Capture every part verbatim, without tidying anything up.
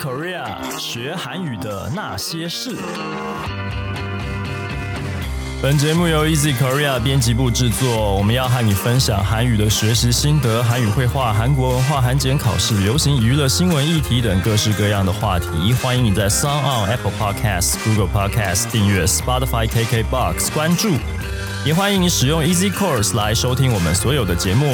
Korea 学韩语的那些事。本节目由 Easy Korea 编辑部制作，我们要和你分享韩语的学习心得、韩语绘画、韩国文化、韩检考试、流行娱乐、新闻议题等各式各样的话题。欢迎你在 SoundOn、Apple Podcasts、Google Podcasts 订阅 Spotify、K K Box 关注，也欢迎你使用 Easy Course 来收听我们所有的节目。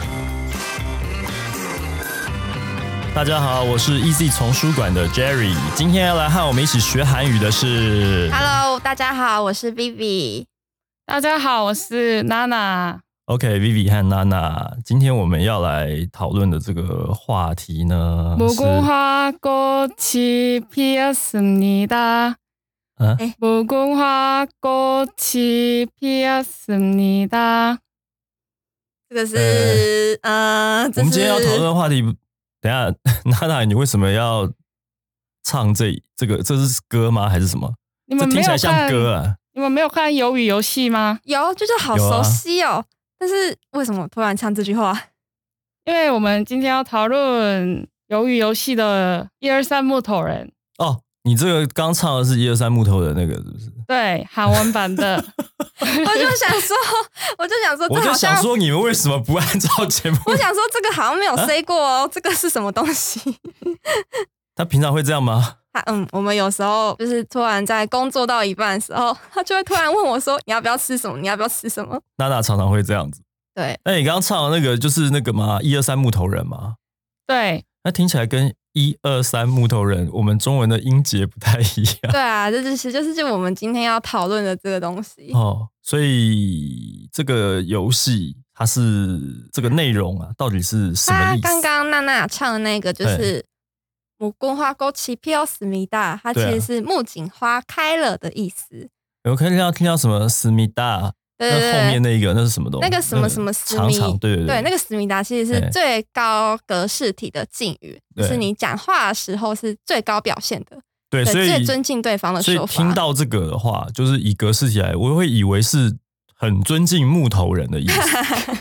大家好，我是 Easy 丛书馆的 Jerry， 今天要来和我们一起学韩语的是 Hello， 大家好，我是 Vivi。 大家好，我是娜娜。 OK，Vivi 和娜娜，今天我们要来讨论的这个话题呢， 무궁화 꽃이 피었습니다。 啊， 무궁화 꽃이 피었습니다。 这个是、呃，呃我们今天要讨论的话题，等一下，娜娜，你为什么要唱这这个？这是歌吗？还是什么？ 你们这听起来像歌啊！ 你们没有看《鱿鱼游戏》吗？ 有，就是好熟悉哦。啊、但是为什么突然唱这句话？ 因为我们今天要讨论《鱿鱼游戏》的一二三木头人。 哦，你这个刚唱的是一二三木头人那个，是不是？ 对，韩文版的。 我就想说，我就想说， 我就想说，你们为什么不按照节目？ 我想说，这个好像没有 say 过哦，啊、这个是什么东西？ 他平常会这样吗？ 他嗯，我们有时候就是突然在工作到一半的时候，他就会突然问我说：“你要不要吃什么？你要不要吃什么？” 娜娜常常会这样子。 对， 那你刚刚唱的那个就是那个吗？一二三木头人吗？ 对， 那听起来跟一二三木头人，我们中文的音节不太一样。 对啊，这就是就是就我们今天要讨论的这个东西哦。所以这个游戏它是这个内容啊，到底是什么意思？ 他刚刚娜娜唱的那个就是무궁화 꽃이 피었습니다，它其实是木槿花开了的意思。 我可以听到听到什么思密达？ 对对对， 那后面那一个那是什么东西？ 那个什么什么思密， 长长，对对 对, 对，那个思密达其实是最高格式体的敬语，就是你讲话的时候是最高表现的， 对，所以最尊敬对方的说法。 所以听到这个的话，就是以格式起来，我会以为是很尊敬木头人的意思。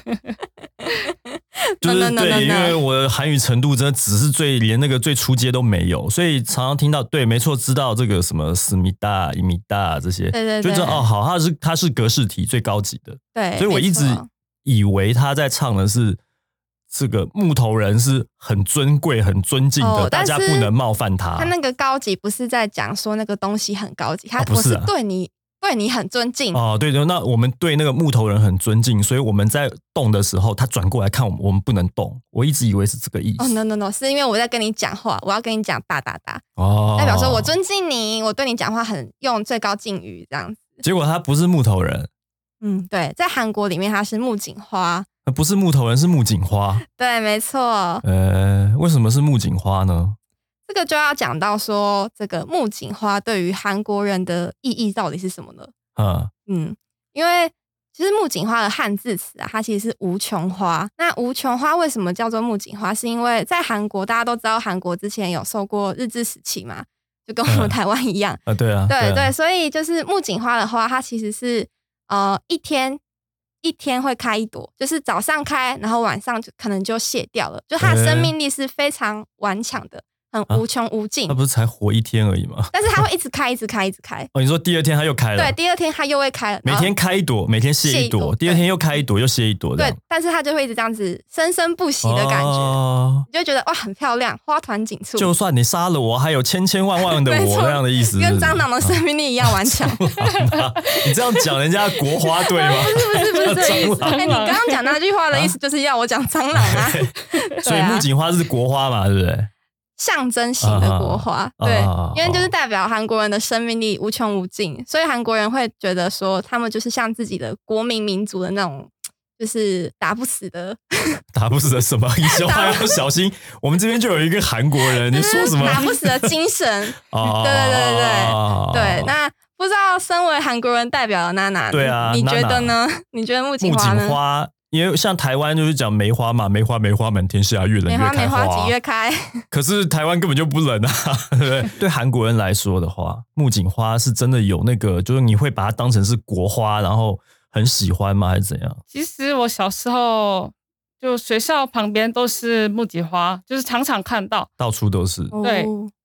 就是对， no, no, no, no, no. 因为我的韩语程度真的只是最连那个最初阶都没有，所以常常听到对，没错，知道这个什么思密达、伊米达这些， 对对对， 就知道哦，好，它是它是格式体最高级的， 对， 所以我一直以为他在唱的是这个木头人是很尊贵、很尊敬的， 哦、 大家不能冒犯他。 他那个高级不是在讲说那个东西很高级，他、 哦、不是、啊、 我是对你。对你很尊敬哦，对对，那我们对那个木头人很尊敬，所以我们在动的时候，他转过来看我们，我们不能动。我一直以为是这个意思。 哦、oh, ，no no no， 是因为我在跟你讲话，我要跟你讲哒哒哒， 哦， 代表说我尊敬你，我对你讲话很用最高敬语这样子。 结果他不是木头人， 嗯，对，在韩国里面他是木槿花， 不是木头人，是木槿花。 对，没错。 呃，为什么是木槿花呢？ 这个就要讲到说，这个木槿花对于韩国人的意义到底是什么呢？ 嗯嗯，因为其实木槿花的汉字词啊，它其实是无穷花。那无穷花为什么叫做木槿花？是因为在韩国，大家都知道韩国之前有受过日治时期嘛，就跟我们台湾一样。 嗯、啊，对啊， 对 对, 对, 对，所以就是木槿花的花，它其实是呃一天一天会开一朵，就是早上开，然后晚上就可能就谢掉了，就它的生命力是非常顽强的。很无穷无尽， 他、啊、不是才活一天而已吗？ 但是他会一直开，一直开，一直开。 哦，你说第二天他又开了？ 对，第二天他又会开了。 每天开一朵，每天谢一朵，第二天又开一朵，又谢一朵。 对，但是他就会一直这样子生生不息的感觉，哦、你就觉得哇，很漂亮，花团锦簇。 就算你杀了我，还有千千万万的我那样的意思是不是， 跟蟑螂的生命力一样顽强。 你这样讲人家国花队吗？ 不是不是不是这个意思。哎、欸，你刚刚讲那句话的意思就是要我讲蟑螂啊。 所以木槿花是国花嘛，对不对？ 象征型的国花，啊、对，啊、因为就是代表韩国人的生命力无穷无尽，所以韩国人会觉得说，他们就是像自己的国民民族的那种，就是打不死的，打不死的什么？你说话要小心。我们这边就有一个韩国人，你说什么？ 打不死的精神。对对对对对对。那不知道身为韩国人代表的娜娜， 对啊， 你觉得呢？你觉得木槿花呢？ 木槿花。因为像台湾就是讲梅花嘛，梅花梅花满天下，越冷越开花。 梅花梅花几月开？ 可是台湾根本就不冷啊，对不对？对韩国人来说的话，木槿花是真的有那个，就是你会把它当成是国花，然后很喜欢吗？还是怎样？ 其实我小时候就学校旁边都是木槿花，就是常常看到， 到处都是。 对，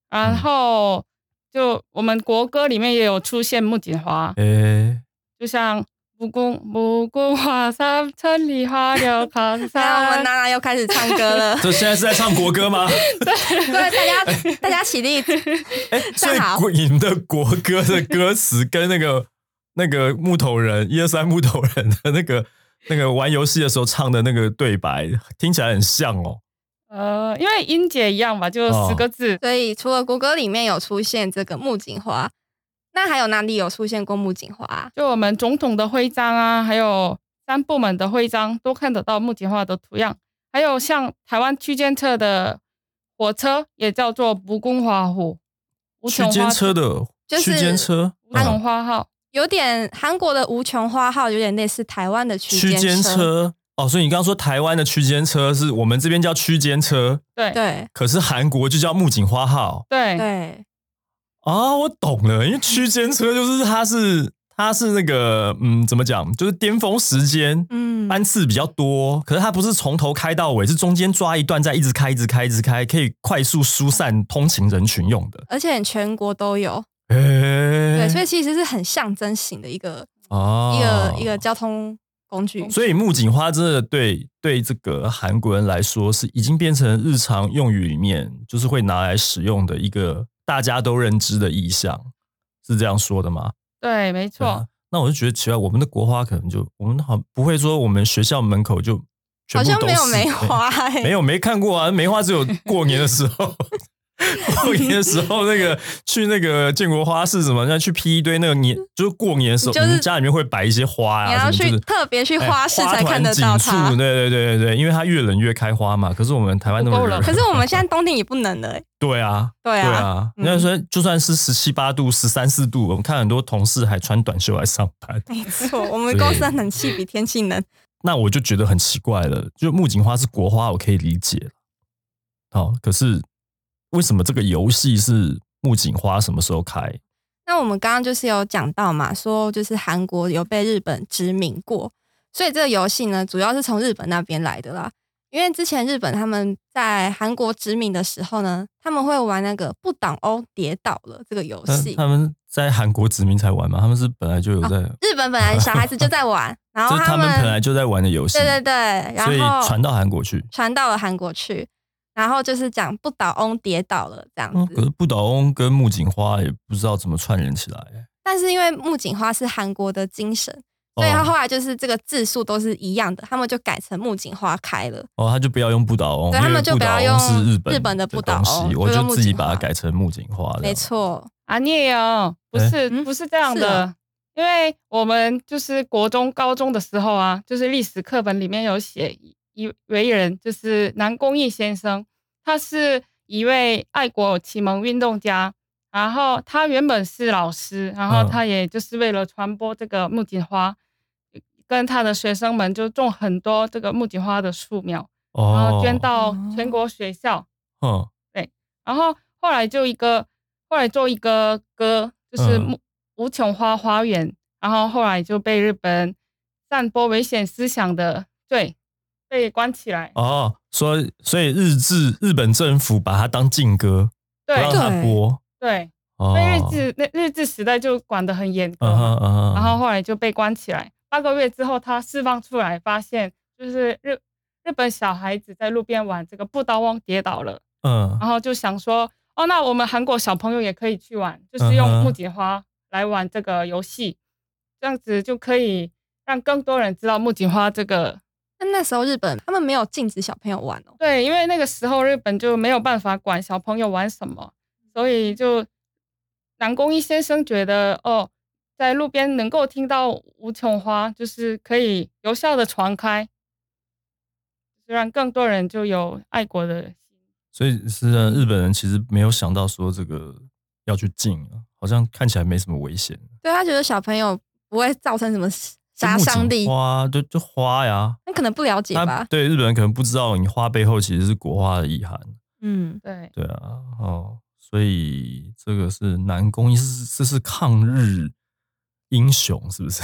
然后就我们国歌里面也有出现木槿花， 诶， 就像木槿木槿花三千里花柳康然后我们山。 娜娜又开始唱歌了， 这现在是在唱国歌吗？ 对，大家大家起立， 哎，所以站好国你们的国歌的歌词跟那个那个木头人一二三木头人的那个那个玩游戏的时候唱的那个对白，听起来很像哦。 呃，因为音节一样吧，就十个字。 所以除了国歌里面有出现这个木槿花，那还有哪里有出现过木槿花啊？ 就我们总统的徽章啊，还有三部门的徽章都看得到木槿花的图样。还有像台湾区间车的火车也叫做木槿花号， 区间车的就是区间车， 无穷花号， 有点韩国的无穷花号有点类似台湾的区区间车。 车哦，所以你刚刚说台湾的区间车是我们这边叫区间车， 对对可是韩国就叫木槿花号。 对对， 啊，我懂了，因为区间车就是它是它是那个嗯，怎么讲，就是巅峰时间， 嗯， 班次比较多，可是它不是从头开到尾，是中间抓一段再一直开一直开一直开，可以快速疏散通勤人群用的， 而且全国都有。 欸、 对，所以其实是很象征型的一个、 哦、 一个一个交通工具。 所以木槿花真的对对这个韩国人来说是已经变成日常用语里面就是会拿来使用的一个大家都认知的意象，是这样说的吗？ 对，没错、 啊。那我就觉得奇怪，我们的国花可能就我们好不会说我们学校门口就全部都是好像没有梅花、欸， 没有没看过啊，梅花只有过年的时候。过年的时候，那个去那个建国花市什么，那去批一堆那个年，就是过年的时候， 就是你们家里面会摆一些花啊， 你要去什么就是特别去花市哎才看得到花团锦它。 簇对对对对对，因为它越冷越开花嘛。可是我们台湾那么热， 可是我们现在冬天也不冷了、欸， 对啊， 对啊， 对啊。 嗯那说就算是十七八度、十三四度，我们看很多同事还穿短袖来上班。 没错，我们公司的冷气比天气冷。 那我就觉得很奇怪了，就木槿花是国花，我可以理解。好、哦，可是为什么这个游戏是木槿花什么时候开？ 那我们刚刚就是有讲到嘛，说就是韩国有被日本殖民过，所以这个游戏呢，主要是从日本那边来的啦。因为之前日本他们在韩国殖民的时候呢，他们会玩那个不倒翁跌倒了这个游戏。 他们在韩国殖民才玩吗？他们是本来就有在、哦、 日本本来小孩子就在玩，然后他们他们本来就在玩的游戏， 对对对，然后所以传到韩国去， 传到了韩国去。然后就是讲不倒翁跌倒了这样子、 嗯，可是不倒翁跟木槿花也不知道怎么串联起来。 但是因为木槿花是韩国的精神，所以他后来就是这个字数都是一样的，他们就改成木槿花开了。 哦，他就不要用不倒翁， 对，他们就不要用是日本日本的不倒翁， 我就自己把它改成木槿花。 没错啊，你也有，不是、 欸、 不是这样的、哦，因为我们就是国中、高中的时候啊，就是历史课本里面有写一位人，就是南宫义先生。他是一位爱国启蒙运动家，然后他原本是老师，然后他也就是为了传播这个木槿花，嗯、跟他的学生们就种很多这个木槿花的树苗， 哦、 然后捐到全国学校。 哦， 对，然后后来就一个，后来做一个歌，就是木无穷花花园，然后后来就被日本散播危险思想的罪被关起来。 哦。所以，所以日治日本政府把它当禁歌，不让它播。 对，因为日治那日治时代就管得很严格嘛， uh-huh, uh-huh. 然后后来就被关起来。八个月之后，他释放出来，发现就是日日本小孩子在路边玩这个不倒翁跌倒了， 嗯， 然后就想说，哦，那我们韩国小朋友也可以去玩，就是用木槿花来玩这个游戏， uh-huh. 这样子就可以让更多人知道木槿花这个。 但那时候日本他们没有禁止小朋友玩哦。 对，因为那个时候日本就没有办法管小朋友玩什么，所以就南宫一先生觉得，哦，在路边能够听到无穷花，就是可以有效的传开，就让更多人就有爱国的心。 所以是日本人其实没有想到说这个要去禁，好像看起来没什么危险。 对，他觉得小朋友不会造成什么杀伤力， 花就就花呀， 那可能不了解吧？ 对，日本人可能不知道你花背后其实是国花的意涵。 嗯， 对， 对啊，哦，所以这个是南宫一，这是抗日英雄，是不是？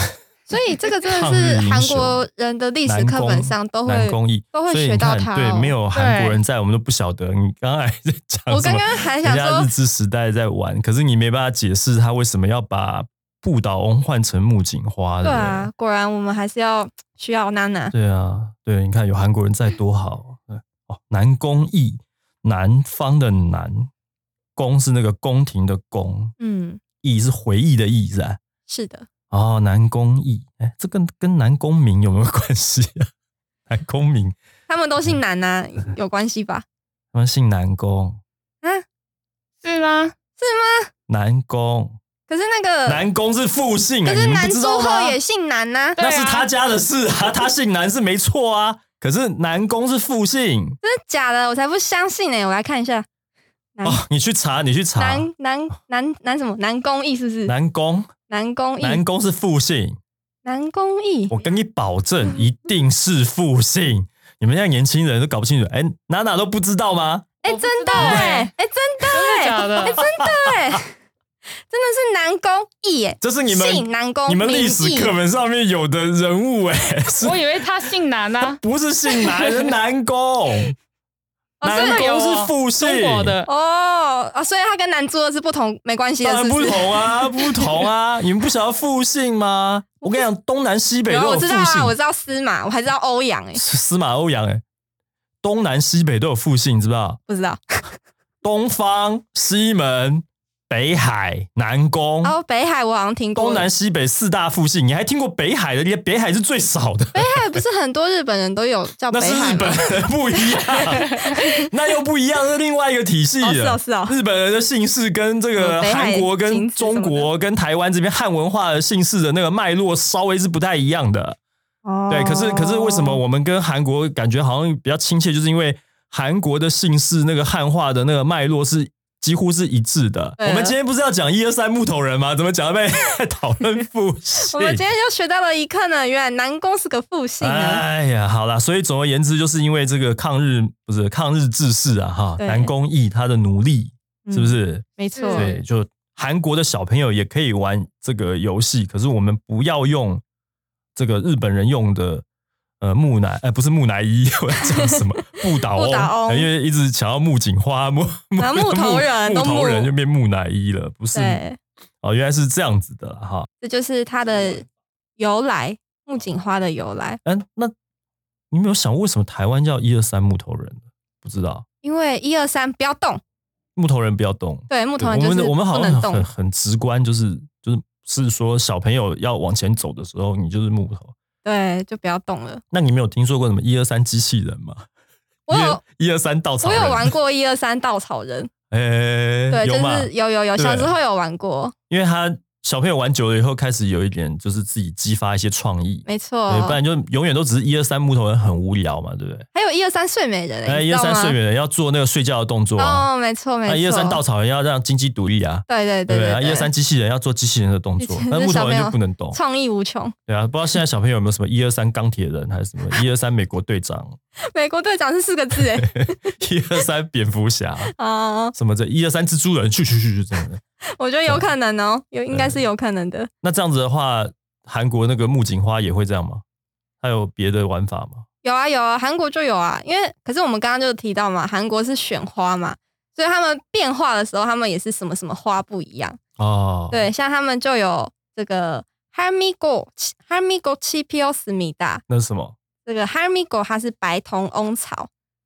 所以这个真的是韩国人的历史课本上都会都会学到它、哦。 对，没有韩国人在，我们都不晓得。你刚才在讲， 我刚刚还想说， 人家日治时代在玩，可是你没办法解释他为什么要把不倒翁换成木槿花的。 对啊，果然我们还是要需要娜娜。 对啊，对，你看有韩国人在多好。哦，南宫义，南方的南，宫是那个宫廷的宫，嗯，义是回忆的忆，是吧？ 是的。 哦，南宫义，哎，这跟跟南宫明有没有关系啊？南宫明， 他们都姓南啊，有关系吧？ 他们姓南宫啊？ 是吗？ 是吗？ 南宫， 可是那个南宫是复姓、啊， 可是南朱赫也姓南啊， 那是他家的事啊，他姓南是没错啊。可是南宫是复姓，真的假的？我才不相信呢、欸！我来看一下。 哦，你去查，你去查。 南南南南什么？南宫义是不是？ 南宫。 南宫义， 南宫是复姓， 南宫义， 我跟你保证，一定是复姓。你们现在年轻人都搞不清楚，哎，哪哪都不知道吗？ 哎，真的哎，哎，真的哎， 假的， 哎，真的哎，真的是南宫义哎， 这是你们姓南宫， 你们历史课本上面有的人物哎， 我以为他姓南啊， 不是姓南，是南宫。南宫是复姓的哦啊，所以他跟南朱是不同，没关系的， 当然不同啊，不同啊！你们不晓得复姓吗？我跟你讲，东南西北都有复姓。 我知道啊，我知道司马，我还知道欧阳哎， 司马欧阳哎，东南西北都有复姓，你知不知道？ 不知道。 东方、西门、北海、南宫。 哦，北海我好像听过。 东南西北四大复姓，你还听过北海的？北海是最少的。 北海不是很多日本人都有叫北海吗？ 那是日本人不一样，那又不一样，是另外一个体系的。 哦是哦是哦， 日本人的姓氏跟这个韩国、跟中国、跟台湾这边汉文化的姓氏的那个脉络稍微是不太一样的。哦，对，可是可是为什么我们跟韩国感觉好像比较亲切，就是因为韩国的姓氏那个汉化的那个脉络是几乎是一致的。我们今天不是要讲一二三木头人吗？怎么讲到被讨论复姓？ 我们今天就学到了一课呢，原来南宫是个复姓呢。 哎呀，好啦，所以总而言之，就是因为这个抗日不是抗日志士啊，哈，南宫义他的努力，是不是？ 嗯、没错。 对，就韩国的小朋友也可以玩这个游戏，可是我们不要用这个日本人用的。呃，木乃，呃，不是木乃伊，我在讲什么？不倒翁，因为一直想要木槿花、木木木头人， 木头人就变木乃伊了，不是？哦，原来是这样子的哈。 这就是它的由来，木槿花的由来。 嗯、呃，那你有没有想过为什么台湾叫一二三木头人？不知道， 因为一二三不要动， 木头人不要动。 对，木头人就是我们好像很很很直观，就是就是是说小朋友要往前走的时候，你就是木头。 对，就不要动了。 那你没有听说过什么一二三机器人吗？ 我有一二三稻草人， 我有玩过一二三稻草人。 哎、欸， 对，就是有有有，小时候有玩过。 因为他小朋友玩久了以后，开始有一点就是自己激发一些创意。 没错， 对，不然就永远都只是一二三木头人，很无聊嘛，对不对？ 还有一二三睡美人、欸， 哎，一二三睡美人要做那个睡觉的动作啊。 哦，没错没错。 一二三稻草人要让金鸡独立啊。 对对对对, 对, 对, 对，一二三机器人要做机器人的动作，那木头人就不能动， 创意无穷。 对啊，不知道现在小朋友有没有什么一二三钢铁人，还是什么一二三美国队长？ 美国队长是四个字哎。 一二三蝙蝠侠啊，什么这一二三蜘蛛人，去去去就这样的。 我觉得有可能哦，有应该是有可能的。 那这样子的话，韩国那个木槿花也会这样吗？还有别的玩法吗？ 有啊有啊，韩国就有啊。因为可是我们刚刚就提到嘛，韩国是选花嘛，所以他们变化的时候，他们也是什么什么花不一样哦。对，像他们就有这个 Harmigo Harmigo Chipio Smida， 那是什么？ 这个 Harmigo 它是白头翁草。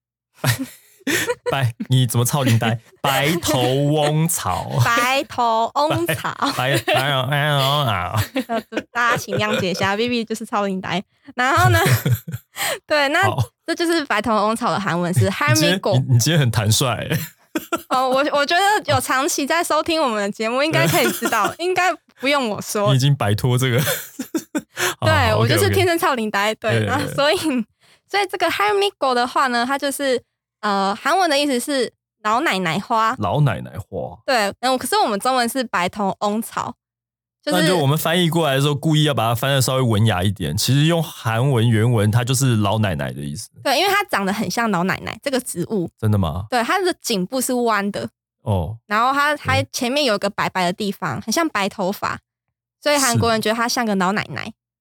白，你怎么操林呆？白头翁草， 白头翁草， 白白白啊！ 大家请谅解一下 ，B B 就是操林呆。然后呢，对，那这就是白头翁草的韩文是 Harmigo。 你你今天很弹率、欸。 哦，我我觉得有长期在收听我们的节目，应该可以知道，应该不用我说， 你已经摆脱这个。 对我就是天生操林呆，对，然后所以所以这个 Harmigo 的话呢，它就是呃韩文的意思是老奶奶花， 老奶奶花， 对，嗯，可是我们中文是白头翁草。就是、 那就我们翻译过来的时候，故意要把它翻得稍微文雅一点。其实用韩文原文，它就是老奶奶的意思。 对，因为它长得很像老奶奶这个植物。 真的吗？ 对，它的颈部是弯的哦，然后它还前面有一个白白的地方，很像白头发，所以韩国人觉得它像个老奶奶。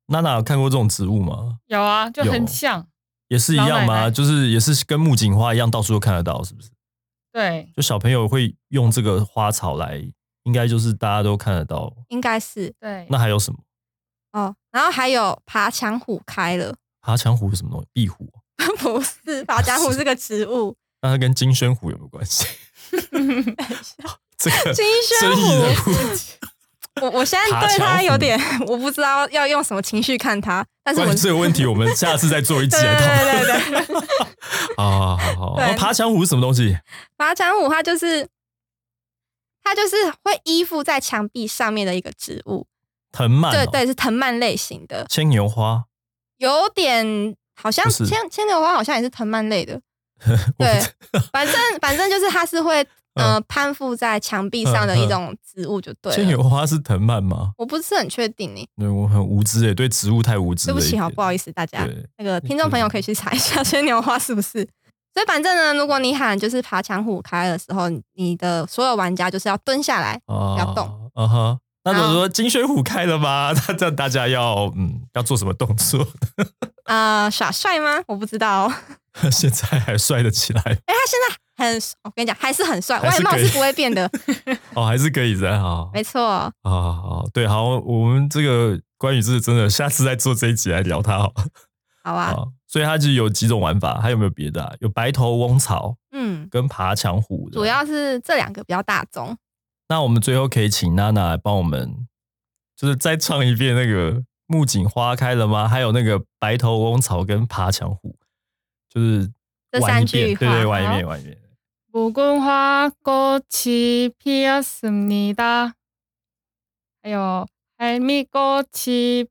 娜娜有看过这种植物吗？ 有啊，就很像， 也是一样吗？ 奶奶就是也是跟木槿花一样，到处都看得到，是不是？ 对， 就小朋友会用这个花草来，应该就是大家都看得到。 应该是对。 那还有什么？ 哦，然后还有爬墙虎开了， 爬墙虎是什么东西？壁虎？ 不是，爬墙虎是个植物。 那它跟金宣虎有没有关系？这个金宣争议人物， 我我现在对他有点，我不知道要用什么情绪看他。但是我关于这个问题，我们下次再做一集来讨论。 对对对对对。 好好好好，爬墙虎是什么东西？ 爬墙虎它就是它就是会依附在墙壁上面的一个植物。 藤蔓、哦， 对对，是藤蔓类型的。 牵牛花有点好像牵牵牛花好像也是藤蔓类的。对，反正反正就是它是会呃攀附在墙壁上的一种植物，就对了。 牵牛花是藤蔓吗？ 我不是很确定诶。 对，我很无知诶，对植物太无知了。 对不起，好不好意思，大家那个听众朋友可以去查一下牵牛花是不是。所以反正呢，如果你喊就是爬墙虎开的时候，你的所有玩家就是要蹲下来，不要动。 啊哈。那如果说金宣虎开了吗？那这样大家要嗯要做什么动作？ 呃，耍帅吗？我不知道、哦。 现在还帅得起来？哎、 欸，他现在很，我跟你讲，还是很帅，外貌是不会变的。 哦，还是可以的，好， 没错。 好好对，好，我们这个关于这真的，下次再做这一集来聊它好。 好啊。 好，所以它就有几种玩法，还有没有别的、啊？有白头翁草， 嗯， 跟爬墙虎的， 主要是这两个比较大众。 那我们最后可以请娜娜来帮我们，就是再唱一遍那个木槿花开了吗？还有那个白头翁草跟爬墙虎，就是这三句话， 对对，玩一遍，玩一遍。 묵은화 꽃이 피었습니다. 还有할미꽃이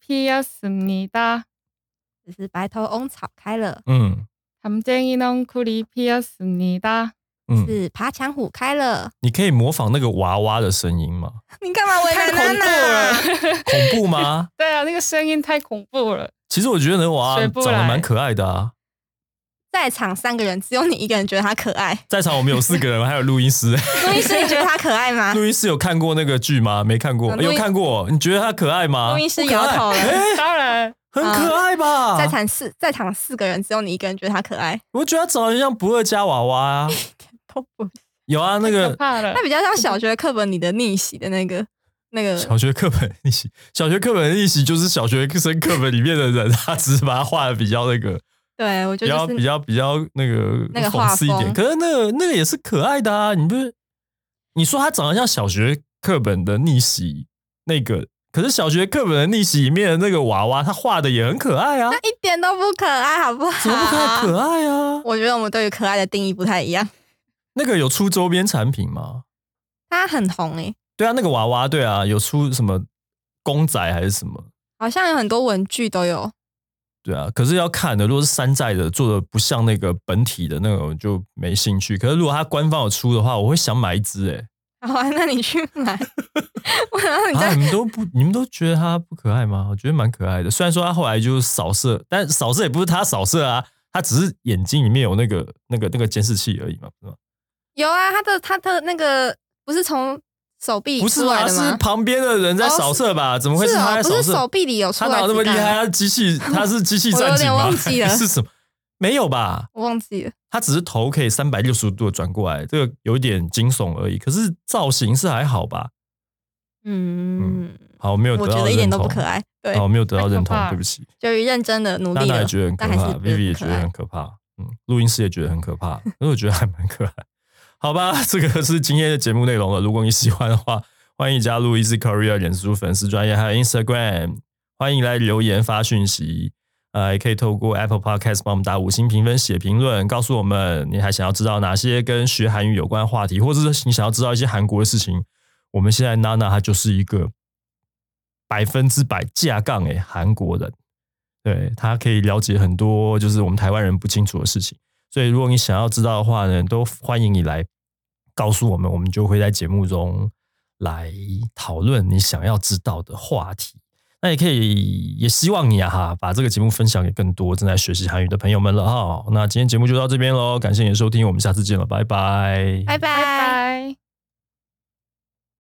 피었습니다. 这是白头翁草开了。 嗯， 담쟁이 넝쿨이 피었습니다. 是爬墙虎开了。 你可以模仿那个娃娃的声音吗？ 你干嘛为难娜娜？ 恐怖吗？ 对啊，那个声音太恐怖了。 其实我觉得那个娃娃长得蛮可爱的啊。 在场三个人，只有你一个人觉得他可爱。 在场我们有四个人，还有录音师。 录音师，你觉得他可爱吗？ 录音师有看过那个剧吗？没看过。有看过？你觉得他可爱吗？ 录音师摇头了。 欸、 当然很可爱吧。 在场四在场四个人，只有你一个人觉得他可爱。 我觉得他长得像不二家娃娃啊。 都不有啊，那个他比较像小学课本里的逆袭的那个那个。 小学课本逆袭，小学课本的逆袭就是小学生课本里面的人，他只是把他画的比较那个。 对，我觉得、 就是、比较比较比较那个那个讽刺一点，可是那个那个也是可爱的啊！你不是你说他长得像小学课本的逆袭那个，可是小学课本的逆袭里面的那个娃娃，他画的也很可爱啊， 那一点都不可爱，好不好？ 怎么不可爱？可爱啊！ 我觉得我们对于可爱的定义不太一样。 那个有出周边产品吗？ 它很红诶、欸。 对啊，那个娃娃，对啊，有出什么公仔还是什么？ 好像有很多文具都有。 对啊，可是要看的，如果是山寨的，做的不像那个本体的那种，就没兴趣。可是如果它官方有出的话，我会想买一只诶、 欸。好啊，那你去买。我然后你在、 啊、你们都不，你们都觉得它不可爱吗？我觉得蛮可爱的。虽然说它后来就扫射，但扫射也不是它扫射啊，它只是眼睛里面有那个那个那个监视器而已嘛，是吗？ 有啊，它的它的那个不是从手臂里出来的吗？ 不是吧？是旁边的人在扫射吧？哦、怎么会是他在扫射？ 不是手臂里有出来？ 他哪有那么厉害？他是机器，他是机器战警吗？ 我有点忘记了是什么？没有吧？ 我忘记了。 他只是头可以三百六十度的转过来，这个有一点惊悚而已。可是造型是还好吧？ 嗯，嗯好，没有得到认同。 我觉得一点都不可爱。对， 好，没有得到认同，对不起。 就认真的努力了， 也觉得很可怕 ，Vivi 也觉得很可怕，嗯，录音师也觉得很可怕，可是我觉得还蛮可爱。好吧，这个是今天的节目内容了。如果你喜欢的话，欢迎加入 Easy Korea 脸书粉丝专页，还有 Instagram， 欢迎来留言发讯息。呃，也可以透过 Apple Podcast 帮我们打五星评分、写评论，告诉我们你还想要知道哪些跟学韩语有关的话题，或者是你想要知道一些韩国的事情。我们现在娜娜她就是一个百分之百架杠诶韩国人，对，她可以了解很多就是我们台湾人不清楚的事情。所以如果你想要知道的话呢，都欢迎你来告诉我们，我们就会在节目中来讨论你想要知道的话题。那也可以，也希望你啊哈，把这个节目分享给更多正在学习韩语的朋友们了哈。那今天节目就到这边咯，感谢你的收听，我们下次见了，拜拜， 拜拜。